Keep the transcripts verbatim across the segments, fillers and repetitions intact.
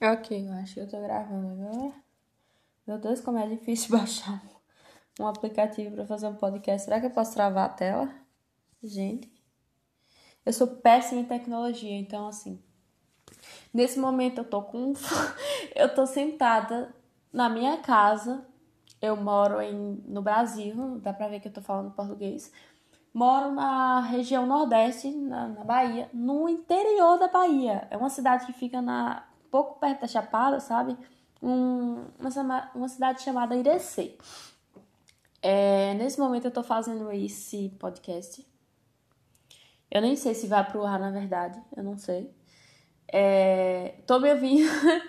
Ok, eu acho que eu tô gravando agora. Meu Deus, como é difícil baixar um aplicativo pra fazer um podcast. Será que eu posso travar a tela? Gente, eu sou péssima em tecnologia, então assim. Nesse momento eu tô com. Eu tô sentada na minha casa. Eu moro em... no Brasil, dá pra ver que eu tô falando português. Moro na região Nordeste, na, na Bahia, no interior da Bahia. É uma cidade que fica na pouco perto da Chapada, sabe? Um, uma, uma cidade chamada Irecê. É, nesse momento eu tô fazendo esse podcast. Eu nem sei se vai pro ar, na verdade. Eu não sei. É, tô me ouvindo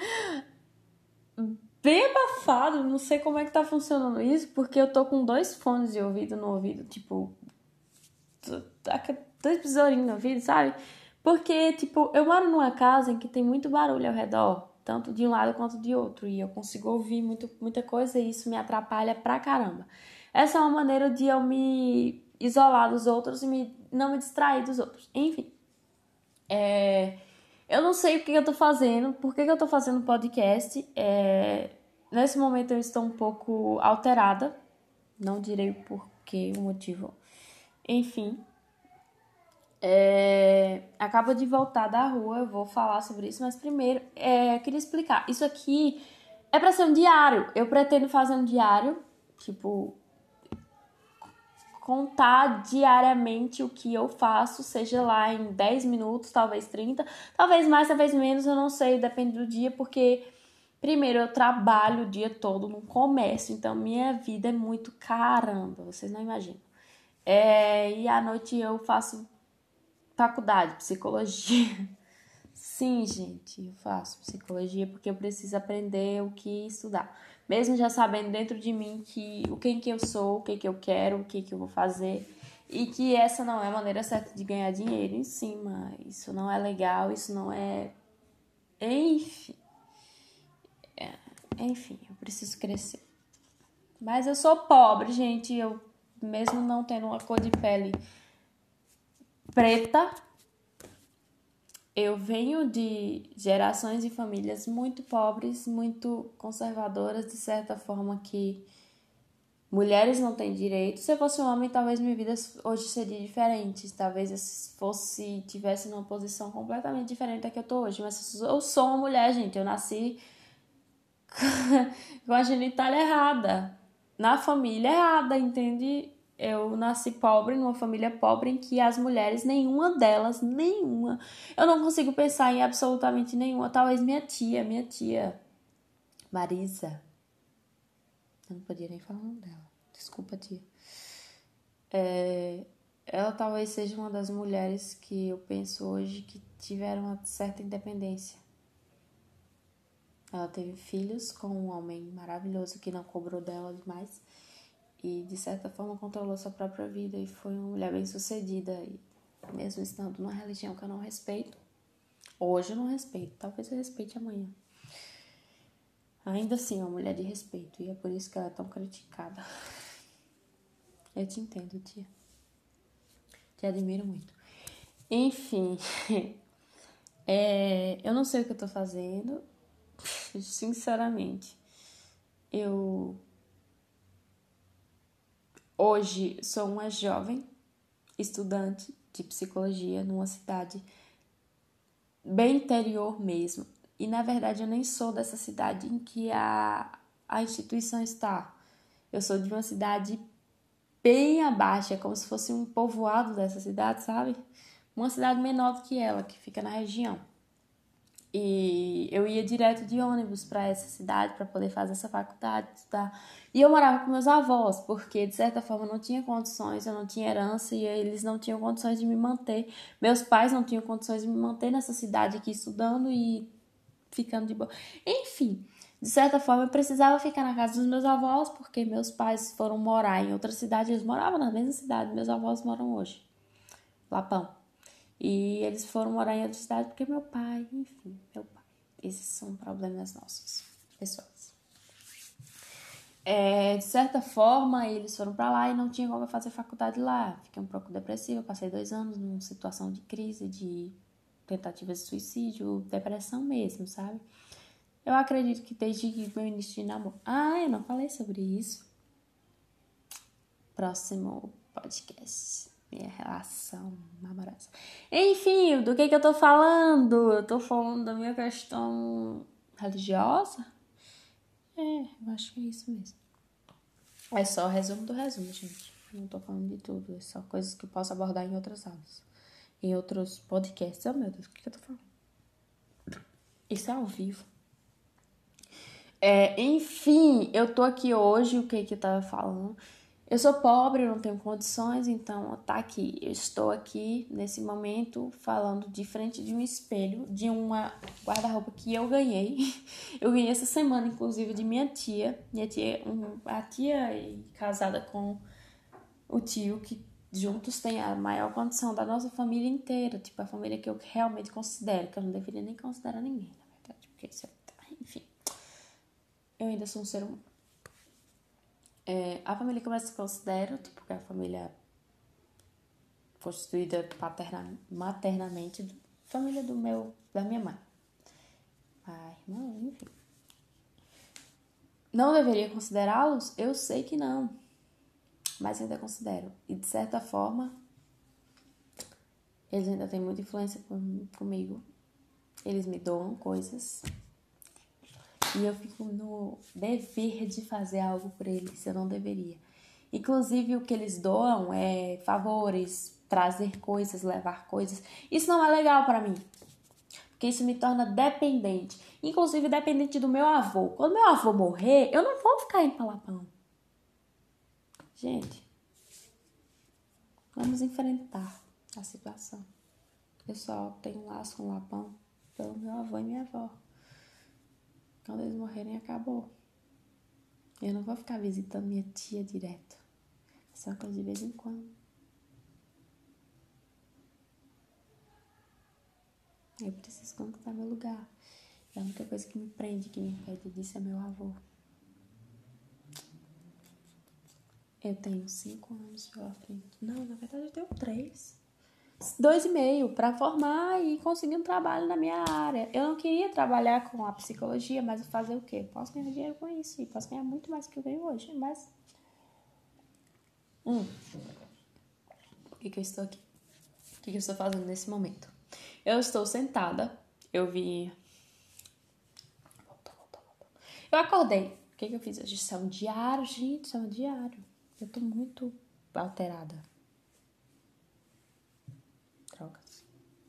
bem abafado. Não sei como é que tá funcionando isso, porque eu tô com dois fones de ouvido no ouvido. Tipo, dois besourinhos no ouvido, sabe? Porque, tipo, eu moro numa casa em que tem muito barulho ao redor, tanto de um lado quanto de outro, e eu consigo ouvir muito, muita coisa e isso me atrapalha pra caramba. Essa é uma maneira de eu me isolar dos outros e me, não me distrair dos outros. Enfim, é, eu não sei o que eu tô fazendo, por que eu tô fazendo podcast. É, nesse momento eu estou um pouco alterada, não direi o porquê, o motivo. Enfim, É, acabo de voltar da rua, eu vou falar sobre isso, mas primeiro é, eu queria explicar. Isso aqui é pra ser um diário. Eu pretendo fazer um diário, tipo, contar diariamente o que eu faço, seja lá em dez minutos, talvez trinta, talvez mais, talvez menos, eu não sei, depende do dia, porque primeiro eu trabalho o dia todo no comércio, então minha vida é muito caramba, vocês não imaginam. É, e à noite eu faço faculdade, psicologia. Sim, gente, eu faço psicologia porque eu preciso aprender o que estudar. Mesmo já sabendo dentro de mim que o quem que eu sou, o que que eu quero, o que que eu vou fazer. E que essa não é a maneira certa de ganhar dinheiro em cima. Isso não é legal, isso não é... Enfim. É, enfim, eu preciso crescer. Mas eu sou pobre, gente. Eu, mesmo não tendo uma cor de pele preta, eu venho de gerações de famílias muito pobres, muito conservadoras, de certa forma que mulheres não têm direito. Se eu fosse um homem, talvez minha vida hoje seria diferente. Talvez eu fosse, tivesse numa posição completamente diferente da que eu tô hoje. Mas eu sou uma mulher, gente. Eu nasci com a genitália errada, na família errada, entende? Eu nasci pobre, numa família pobre em que as mulheres, nenhuma delas, nenhuma, eu não consigo pensar em absolutamente nenhuma. Talvez minha tia, minha tia, Marisa, eu não podia nem falar o nome dela, desculpa, tia. É, ela talvez seja uma das mulheres que eu penso hoje que tiveram uma certa independência. Ela teve filhos com um homem maravilhoso que não cobrou dela demais e, de certa forma, controlou sua própria vida e foi uma mulher bem sucedida. E, mesmo estando numa religião que eu não respeito, hoje eu não respeito, talvez eu respeite amanhã. Ainda assim, é uma mulher de respeito e é por isso que ela é tão criticada. Eu te entendo, tia. Te admiro muito. Enfim, é, eu não sei o que eu tô fazendo, sinceramente. Eu hoje sou uma jovem estudante de psicologia numa cidade bem interior mesmo. E na verdade eu nem sou dessa cidade em que a, a instituição está. Eu sou de uma cidade bem abaixo, é como se fosse um povoado dessa cidade, sabe? Uma cidade menor do que ela, que fica na região. E eu ia direto de ônibus para essa cidade para poder fazer essa faculdade, estudar. E eu morava com meus avós, porque de certa forma eu não tinha condições, eu não tinha herança e eles não tinham condições de me manter. Meus pais não tinham condições de me manter nessa cidade aqui estudando e ficando de boa. Enfim, de certa forma eu precisava ficar na casa dos meus avós, porque meus pais foram morar em outra cidade, eles moravam na mesma cidade, meus avós moram hoje, Lapão. E eles foram morar em outra cidade porque meu pai, enfim, meu pai. Esses são problemas nossos, pessoas. É, de certa forma, eles foram pra lá e não tinha como eu fazer faculdade lá. Fiquei um pouco depressiva, passei dois anos numa situação de crise, de tentativas de suicídio, depressão mesmo, sabe? Eu acredito que desde meu início de namoro... Ah, eu não falei sobre isso. Próximo podcast. Minha relação amorosa. Enfim, do que que eu tô falando? Eu tô falando da minha questão religiosa? É, eu acho que é isso mesmo. É só o resumo do resumo, gente. Não tô falando de tudo. É só coisas que eu posso abordar em outras aulas. Em outros podcasts. Oh, meu Deus, o que que eu tô falando? Isso é ao vivo. É, enfim, eu tô aqui hoje, o que que eu tava falando? Eu sou pobre, eu não tenho condições, então tá aqui. Eu estou aqui, nesse momento, falando de frente de um espelho, de uma guarda-roupa que eu ganhei. Eu ganhei essa semana, inclusive, de minha tia. Minha tia, um, a tia é casada com o tio, que juntos tem a maior condição da nossa família inteira. Tipo, a família que eu realmente considero, que eu não deveria nem considerar ninguém, na verdade. Porque isso é... Enfim, eu ainda sou um ser humano. É, a família que eu mais considero, tipo, que é a família constituída paterna, maternamente, família do meu, da minha mãe. A irmã, enfim. Não deveria considerá-los? Eu sei que não, mas ainda considero. E de certa forma, eles ainda têm muita influência com, comigo. Eles me doam coisas. E eu fico no dever de fazer algo por eles, eu não deveria. Inclusive, o que eles doam é favores, trazer coisas, levar coisas. Isso não é legal pra mim, porque isso me torna dependente. Inclusive, dependente do meu avô. Quando meu avô morrer, eu não vou ficar indo pra Lapão. Gente, vamos enfrentar a situação. Eu só tenho um laço com o Lapão pelo meu avô e minha avó. Quando eles morrerem, acabou. Eu não vou ficar visitando minha tia direto. É só uma coisa de vez em quando. Eu preciso conquistar meu lugar. É a única coisa que me prende, que me impede disso é meu avô. Eu tenho cinco anos pela frente. Não, na verdade eu tenho três. Dois e meio para formar e conseguir um trabalho na minha área. Eu não queria trabalhar com a psicologia, mas fazer o quê? Posso ganhar dinheiro com isso e posso ganhar muito mais do que eu ganho hoje, mas... Hum. Por que que eu estou aqui? O que que eu estou fazendo nesse momento? Eu estou sentada. Eu vi... Volta, volta, volta. Eu acordei. O que que eu fiz hoje? Isso é um diário, gente. Isso é um diário. Eu tô muito alterada. Drogas.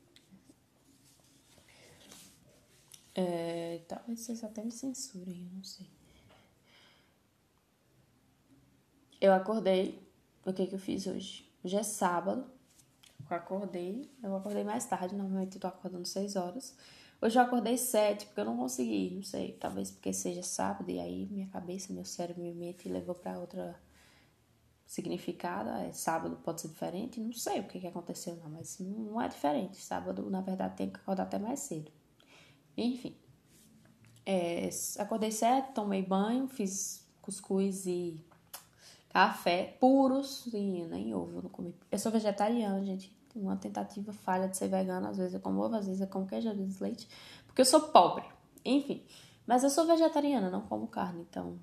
É, talvez vocês até me censurem, eu não sei. Eu acordei. O que que eu fiz hoje? Hoje é sábado. Eu acordei. Eu acordei mais tarde. Normalmente eu tô acordando seis horas. Hoje eu acordei sete, porque eu não consegui. Não sei. Talvez porque seja sábado. E aí minha cabeça, meu cérebro, minha mente levou pra outra significado. É, sábado pode ser diferente. Não sei o que que aconteceu, não. Mas não é diferente. Sábado, na verdade, tem que acordar até mais cedo. Enfim. É, acordei cedo, tomei banho, fiz cuscuz e café puros e nem ovo eu não comi. Eu sou vegetariana, gente. Uma tentativa falha de ser vegana. Às vezes eu como ovo, às vezes eu como queijo, às vezes leite. Porque eu sou pobre. Enfim. Mas eu sou vegetariana, não como carne. Então,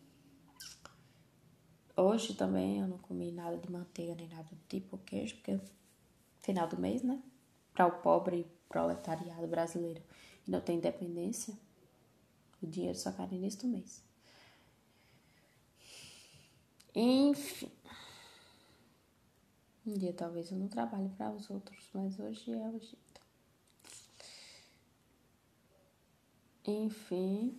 hoje também eu não comi nada de manteiga nem nada do tipo queijo. Porque é final do mês, né? Para o pobre proletariado brasileiro e não tem independência. O dinheiro só cai no início do mês. Enfim. Um dia talvez eu não trabalhe para os outros, mas hoje é o jeito. Enfim.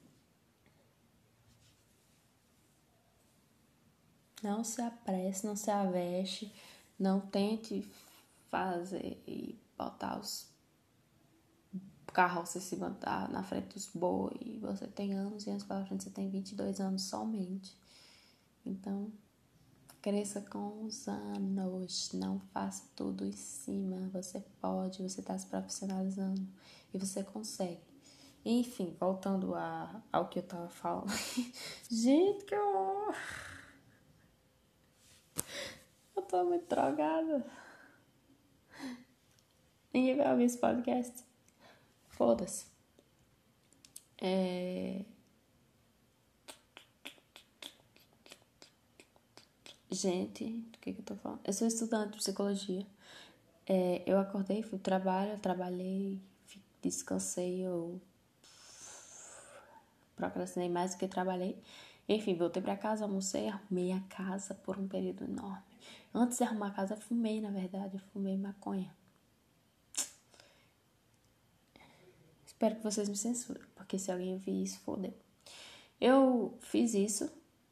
Não se apresse, não se aveste. Não tente fazer e botar os carroças se botar na frente dos bois. Você tem anos e anos pela frente, você tem vinte e dois anos somente. Então, cresça com os anos, não faça tudo em cima. Você pode, você está se profissionalizando e você consegue. Enfim, voltando a, ao que eu tava falando. Gente, que eu... eu tô muito drogada. Ninguém vai ouvir esse podcast. Foda-se. É... Gente, do que, que eu tô falando? Eu sou estudante de psicologia. É, eu acordei, fui pro trabalho, eu trabalhei, descansei, eu procrastinei mais do que trabalhei. Enfim, voltei pra casa, almocei, arrumei a casa por um período enorme. Antes de arrumar a casa, eu fumei, na verdade, eu fumei maconha. Espero que vocês me censurem, porque se alguém ouvir isso, fodeu. Eu fiz isso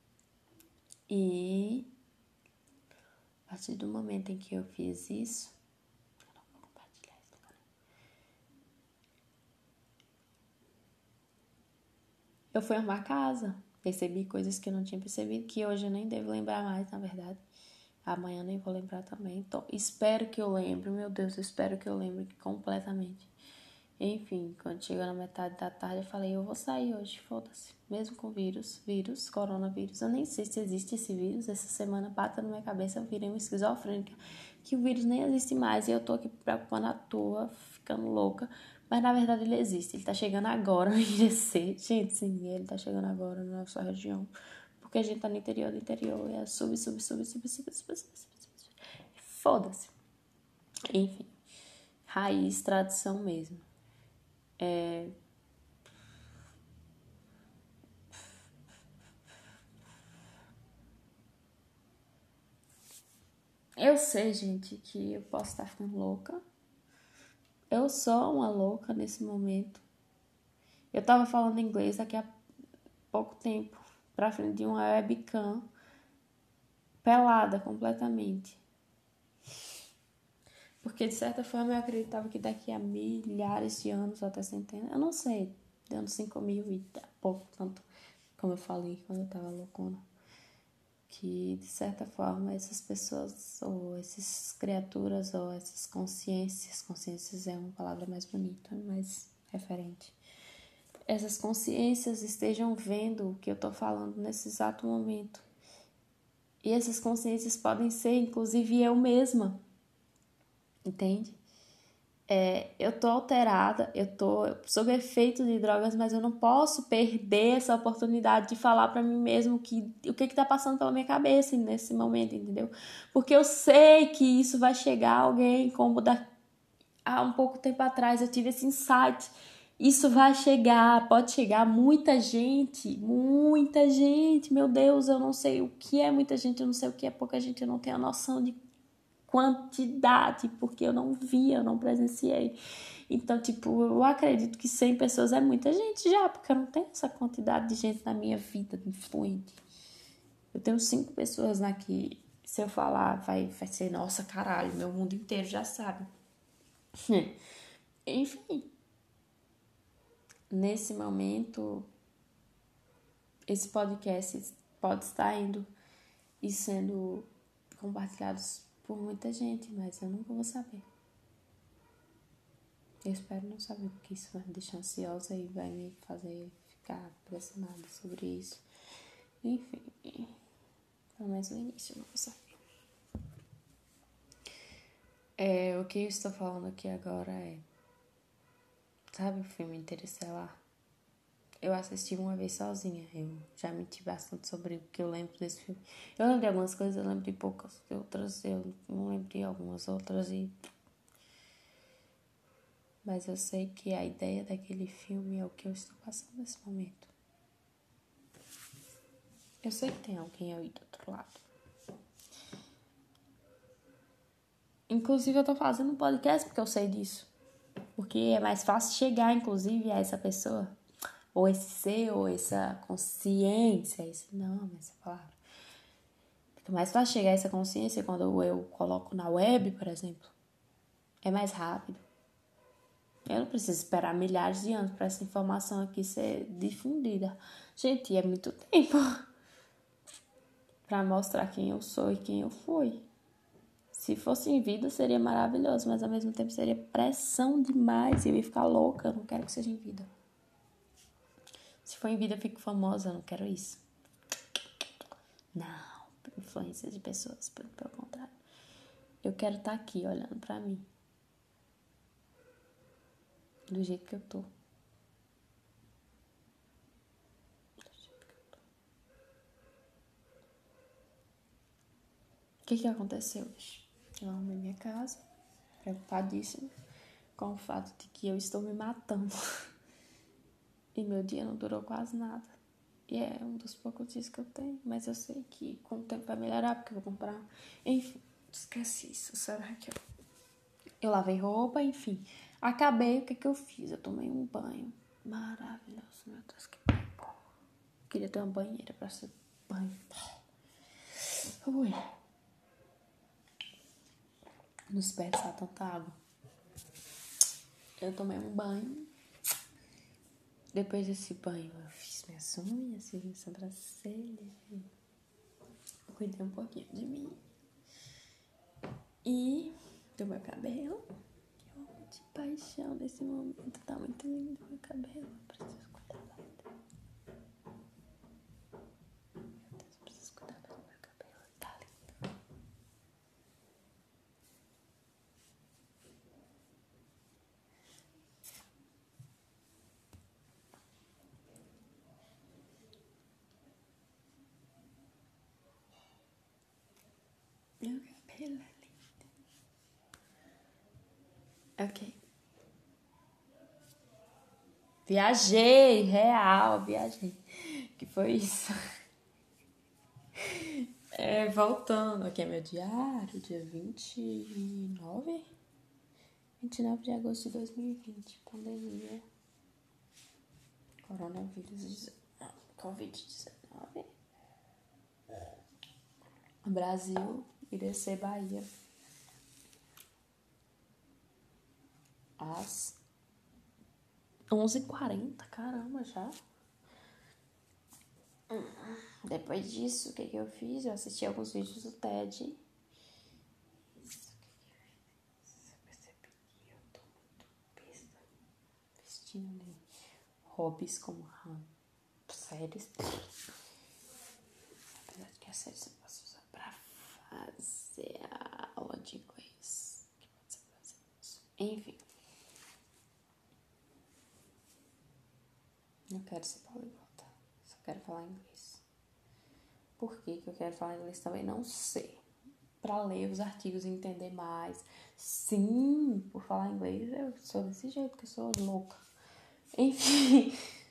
e a partir do momento em que eu fiz isso, eu não vou compartilhar isso, cara. Eu fui arrumar a casa, percebi coisas que eu não tinha percebido, que hoje eu nem devo lembrar mais, na verdade. Amanhã nem vou lembrar também. Então, espero que eu lembre, meu Deus, eu espero que eu lembre completamente. Enfim, quando chegou na metade da tarde, eu falei, eu vou sair hoje, foda-se. Mesmo com vírus, vírus, coronavírus. Eu nem sei se existe esse vírus. Essa semana bata na minha cabeça, eu virei uma esquizofrênica. Que o vírus nem existe mais e eu tô aqui preocupando à toa, ficando louca. Mas na verdade ele existe, ele tá chegando agora no I G C. Gente, sim, ele tá chegando agora na nossa região. Porque a gente tá no interior do interior. E é sub, sub, sub, sub, sub, sub, sub, sub. Foda-se. Enfim, raiz, tradição mesmo. É... Eu sei, gente, que eu posso estar ficando louca. Eu sou uma louca nesse momento. Eu tava falando inglês daqui a pouco tempo, pra frente de uma webcam, pelada completamente. Porque de certa forma eu acreditava que daqui a milhares de anos, ou até centenas, eu não sei, dando cinco mil e pouco, tanto como eu falei quando eu tava loucona, que de certa forma essas pessoas, ou essas criaturas, ou essas consciências, consciências é uma palavra mais bonita, mais referente, essas consciências estejam vendo o que eu tô falando nesse exato momento. E essas consciências podem ser, inclusive, eu mesma. Entende? É, eu tô alterada, eu tô sob efeito de drogas, mas eu não posso perder essa oportunidade de falar pra mim mesmo que, o que que tá passando pela minha cabeça nesse momento, entendeu? Porque eu sei que isso vai chegar a alguém, como da, há um pouco tempo atrás eu tive esse insight. Isso vai chegar, pode chegar muita gente, muita gente, meu Deus, eu não sei o que é muita gente, eu não sei o que é pouca gente, eu não tenho a noção de quantidade, porque eu não vi, eu não presenciei. Então, tipo, eu acredito que cem pessoas é muita gente já, porque eu não tenho essa quantidade de gente na minha vida influente. Eu tenho cinco pessoas aqui, se eu falar, vai, vai ser, nossa, caralho, meu mundo inteiro já sabe. Enfim, nesse momento, esse podcast pode estar indo e sendo compartilhados por muita gente, mas eu nunca vou saber. Eu espero não saber, porque isso vai me deixar ansiosa e vai me fazer ficar pressionada sobre isso. Enfim, pelo menos no início eu não vou saber. É, o que eu estou falando aqui agora é... Sabe o filme Interestelar? Eu assisti uma vez sozinha. Eu já menti bastante sobre o que eu lembro desse filme. Eu lembro de algumas coisas, eu lembro de poucas. De outras eu não lembro de algumas outras. E... Mas eu sei que a ideia daquele filme é o que eu estou passando nesse momento. Eu sei que tem alguém aí do outro lado. Inclusive eu tô fazendo um podcast porque eu sei disso. Porque é mais fácil chegar, inclusive, a essa pessoa. Ou esse ser, ou essa consciência. Esse nome, essa palavra. Fica mais fácil chegar a essa consciência quando eu coloco na web, por exemplo. É mais rápido. Eu não preciso esperar milhares de anos para essa informação aqui ser difundida. Gente, é muito tempo para mostrar quem eu sou e quem eu fui. Se fosse em vida, seria maravilhoso, mas ao mesmo tempo seria pressão demais e eu ia ficar louca. Eu não quero que seja em vida. Se for em vida, eu fico famosa. Eu não quero isso. Não, influência de pessoas, pelo contrário. Eu quero estar aqui olhando pra mim. Do jeito que eu tô. que que aconteceu hoje? Eu arrumei minha casa, preocupadíssima com o fato de que eu estou me matando. E meu dia não durou quase nada. E é um dos poucos dias que eu tenho. Mas eu sei que com o tempo vai melhorar, porque eu vou comprar. Enfim, esqueci isso, será que eu... Eu lavei roupa, enfim. Acabei, o que que eu fiz? Eu tomei um banho maravilhoso, meu Deus, que banho bom. Queria ter uma banheira pra ser banho. Ui. Não desperdiçar tanta água. Eu tomei um banho. Depois desse banho, eu fiz minhas unhas, fiz minha sobrancelha. Cuidei um pouquinho de mim. E do meu cabelo. Eu amo de paixão nesse momento. Tá muito lindo meu cabelo. Eu preciso cuidar dele. Meu Deus, eu preciso cuidar do meu cabelo. Tá lindo. Meu cabelo é lindo. Ok. Viajei, real, viajei. Que foi isso? É, voltando, aqui é meu diário, dia vinte e nove? vinte e nove de agosto de dois mil e vinte, pandemia, coronavírus, covid dezenove, Brasil, Irecê, Bahia, às onze e quarenta, caramba, já. Depois disso, o que que eu fiz? Eu assisti alguns vídeos do TED. Isso, o que que eu percebi que eu tô muito besta vestindo ali hobbies como séries. Apesar de que as séries eu posso usar pra fazer a aula de inglês. Que pode ser fazer isso. Enfim. Não quero ser poliglota. Só quero falar inglês. Por que que eu quero falar inglês também? Não sei. Pra ler os artigos e entender mais. Sim, por falar inglês, eu sou desse jeito, que eu sou louca. Enfim.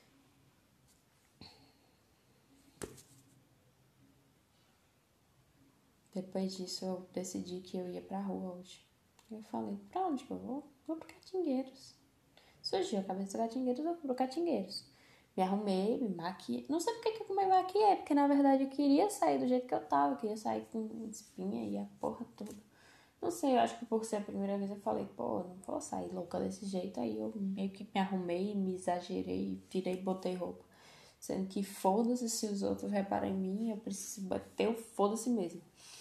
Depois disso, eu decidi que eu ia pra rua hoje. Eu falei, pra onde que eu vou? Vou pro Catingueiros. Surgiu a cabeça do Catingueiros, eu fui pro Catingueiros. Me arrumei, me maquiei. Não sei porque que eu me maquiei, porque na verdade eu queria sair do jeito que eu tava. Eu queria sair com espinha e a porra toda. Não sei, eu acho que por ser a primeira vez eu falei, pô, não vou sair louca desse jeito. Aí eu meio que me arrumei, me exagerei, tirei e botei roupa. Sendo que foda-se se os outros reparam em mim, eu preciso bater o foda-se mesmo.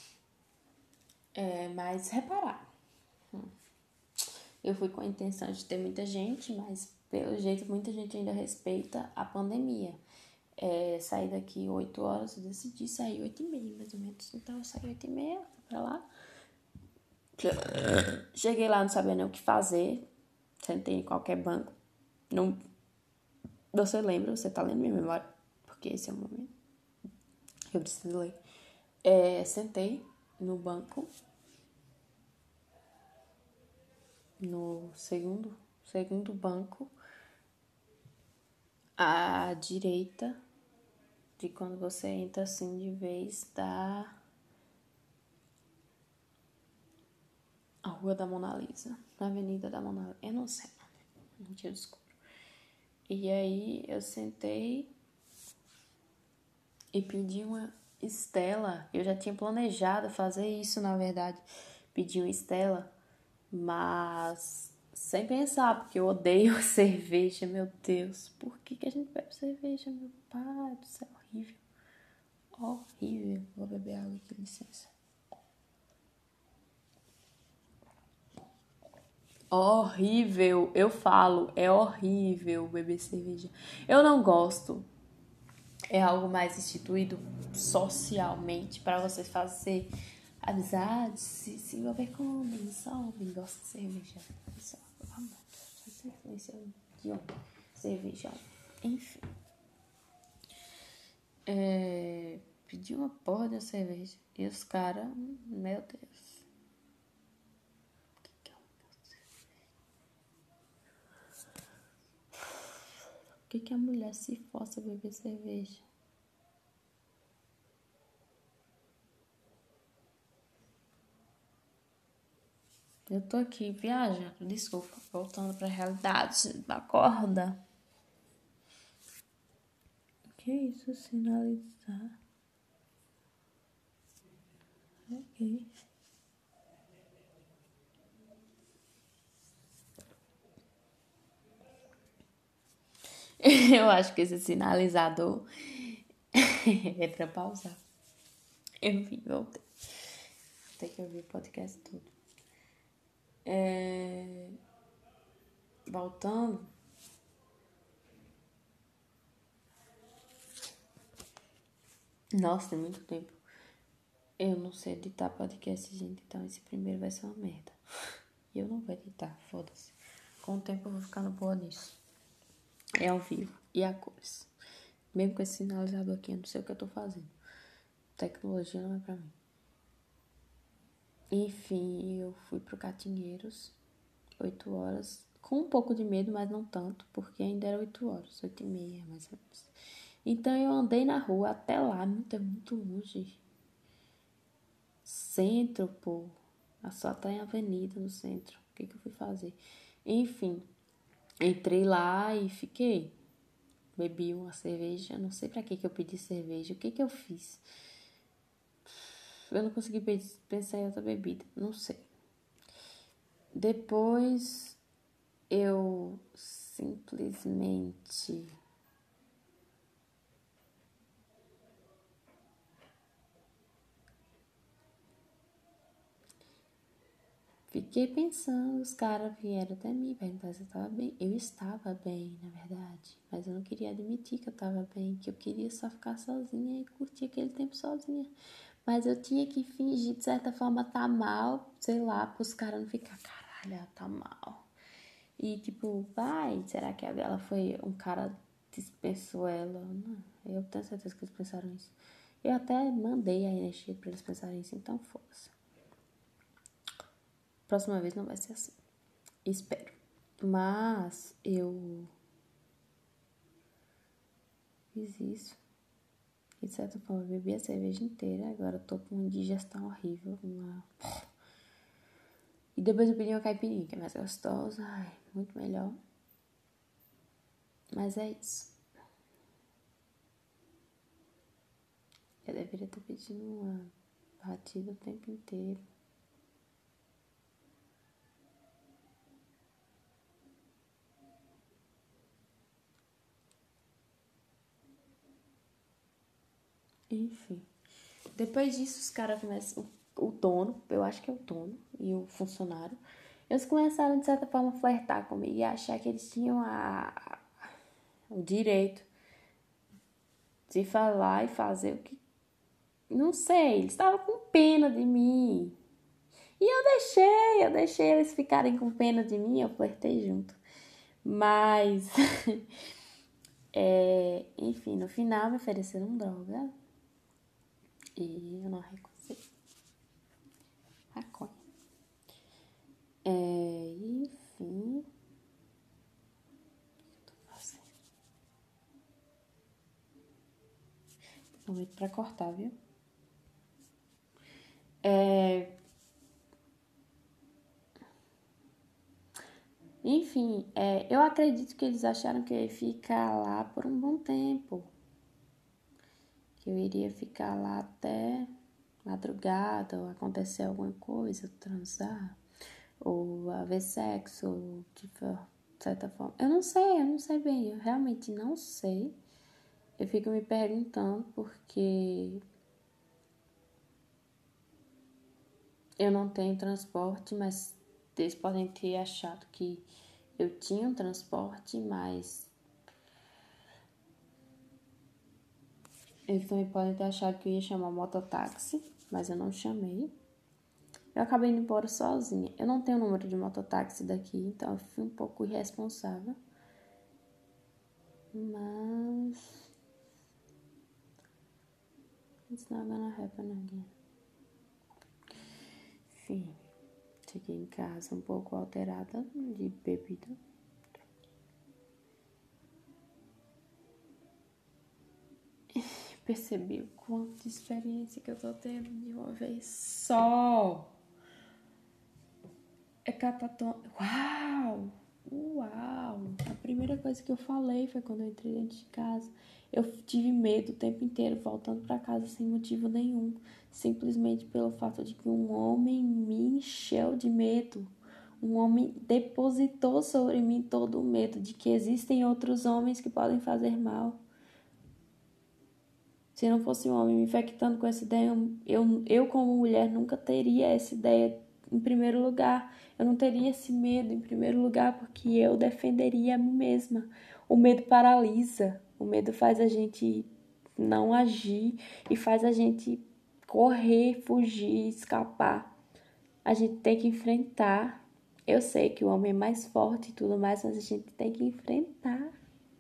É, mas reparar. Hum. Eu fui com a intenção de ter muita gente, mas pelo jeito muita gente ainda respeita a pandemia. É, saí daqui oito horas, eu decidi sair oito e meia, mais ou menos. Então eu saí oito e meia, fui pra lá. Cheguei lá, não sabia nem o que fazer. Sentei em qualquer banco. Não... Você lembra, você tá lendo minha memória, porque esse é o momento. Eu preciso ler. É, sentei no banco. No segundo, segundo banco, à direita de quando você entra assim de vez da a Rua da Mona Lisa, na Avenida da Mona Lisa, eu não sei, não te descubro. E aí eu sentei e pedi uma Stella. Eu já tinha planejado fazer isso, na verdade, pedir uma Stella, mas sem pensar, porque eu odeio cerveja, meu Deus. Por que que a gente bebe cerveja, meu pai do céu? Horrível. Horrível. Vou beber água aqui, licença. Horrível. Eu falo, é horrível beber cerveja. Eu não gosto. É algo mais instituído socialmente para você fazer amizades, se, se envolver com homens, homens gostam de cerveja. Isso, pelo amor de Deus, influência de homem, cerveja, enfim. É, pedi uma porra de uma cerveja. E os caras, meu Deus. O que, que é uma cerveja? Por que, que a mulher se força a beber cerveja? Eu tô aqui viajando, desculpa, voltando pra realidade. Acorda. O que é isso? Sinalizar. Ok. Eu acho que esse sinalizador é pra pausar. Enfim, voltei. Vou ter que ouvir o podcast todo. É... Voltando. Nossa, tem muito tempo. Eu não sei editar podcast, gente. Então esse primeiro vai ser uma merda. E eu não vou editar, foda-se. Com o tempo eu vou ficando boa nisso. É ao vivo. E a cores. Mesmo com esse sinalizador aqui, eu não sei o que eu tô fazendo. Tecnologia não é pra mim. Enfim, eu fui pro Catingueiros. Oito horas. Com um pouco de medo, mas não tanto. Porque ainda era oito horas. Oito e meia, mais ou menos. Então eu andei na rua até lá. Muito, é muito longe. Centro, pô. Só tá em avenida no centro. O que que eu fui fazer? Enfim, entrei lá e fiquei. Bebi uma cerveja. Não sei pra que que eu pedi cerveja. O que que eu fiz? Eu não consegui pensar em outra bebida. Não sei. Depois eu simplesmente fiquei pensando. Os caras vieram até mim perguntar se eu tava bem. Eu estava bem, na verdade. Mas eu não queria admitir que eu tava bem. Que eu queria só ficar sozinha e curtir aquele tempo sozinha. Mas eu tinha que fingir, de certa forma, tá mal. Sei lá, pros caras não ficar, caralho, ela tá mal. E tipo, vai, será que ela foi um cara dispensou ela? Não, eu tenho certeza que eles pensaram isso. Eu até mandei a energia pra eles pensarem isso, então foda-se. Próxima vez não vai ser assim. Espero. Mas eu fiz isso. E de certa forma, eu bebi a cerveja inteira. Agora eu tô com uma digestão horrível. Uma... E depois eu pedi uma caipirinha, que é mais gostosa. Ai, muito melhor. Mas é isso. Eu deveria ter pedido uma batida o tempo inteiro. Enfim. Depois disso, os caras começam... O, o dono, eu acho que é o dono, e o funcionário, eles começaram, de certa forma, a flertar comigo e achar que eles tinham a, a, o direito de falar e fazer o que... Não sei, eles estavam com pena de mim. E eu deixei, eu deixei eles ficarem com pena de mim, eu flertei junto. Mas, é, enfim, no final me ofereceram droga e eu não recusei. Maconha. É, enfim. O que eu tô fazendo? Momento pra cortar, viu? É, enfim, é, eu acredito que eles acharam que eu ia ficar lá por um bom tempo. Que eu iria ficar lá até madrugada, ou acontecer alguma coisa, transar, ou haver sexo, ou de certa forma. Eu não sei, eu não sei bem, eu realmente não sei. Eu fico me perguntando porque eu não tenho transporte, mas eles podem ter achado que eu tinha um transporte, mas eles também podem ter achado que eu ia chamar um mototáxi, mas eu não chamei. Eu acabei indo embora sozinha. Eu não tenho número de mototáxi daqui, então eu fui um pouco irresponsável. Mas... It's not gonna happen again. Enfim, cheguei em casa um pouco alterada de bebida. Percebi o quanto de experiência que eu tô tendo de uma vez só. É catatonia. Uau! Uau! A primeira coisa que eu falei foi quando eu entrei dentro de casa. Eu tive medo o tempo inteiro, voltando pra casa sem motivo nenhum. Simplesmente pelo fato de que um homem me encheu de medo. Um homem depositou sobre mim todo o medo de que existem outros homens que podem fazer mal. Se não fosse um homem me infectando com essa ideia, eu, eu como mulher nunca teria essa ideia em primeiro lugar. Eu não teria esse medo em primeiro lugar porque eu defenderia a mim mesma. O medo paralisa. O medo faz a gente não agir e faz a gente correr, fugir, escapar. A gente tem que enfrentar. Eu sei que o homem é mais forte e tudo mais, mas a gente tem que enfrentar.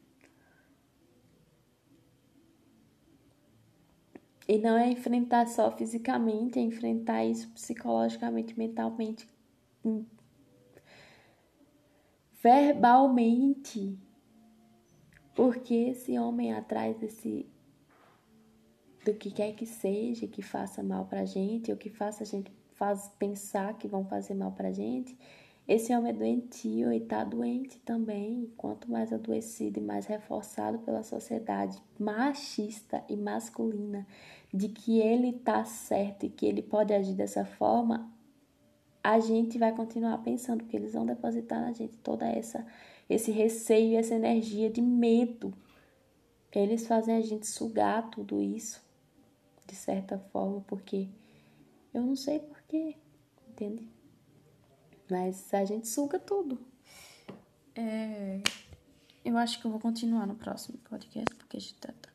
E não é enfrentar só fisicamente, é enfrentar isso psicologicamente, mentalmente, verbalmente. Porque esse homem atrás desse, do que quer que seja, que faça mal pra gente, ou que faça a gente faz pensar que vão fazer mal pra gente, esse homem é doentio e tá doente também. Quanto mais adoecido e mais reforçado pela sociedade machista e masculina de que ele tá certo e que ele pode agir dessa forma, a gente vai continuar pensando, porque eles vão depositar na gente toda essa esse receio, essa energia de medo. Eles fazem a gente sugar tudo isso, de certa forma, porque eu não sei porquê, entende? Mas a gente suga tudo. É, eu acho que eu vou continuar no próximo podcast, porque a gente tá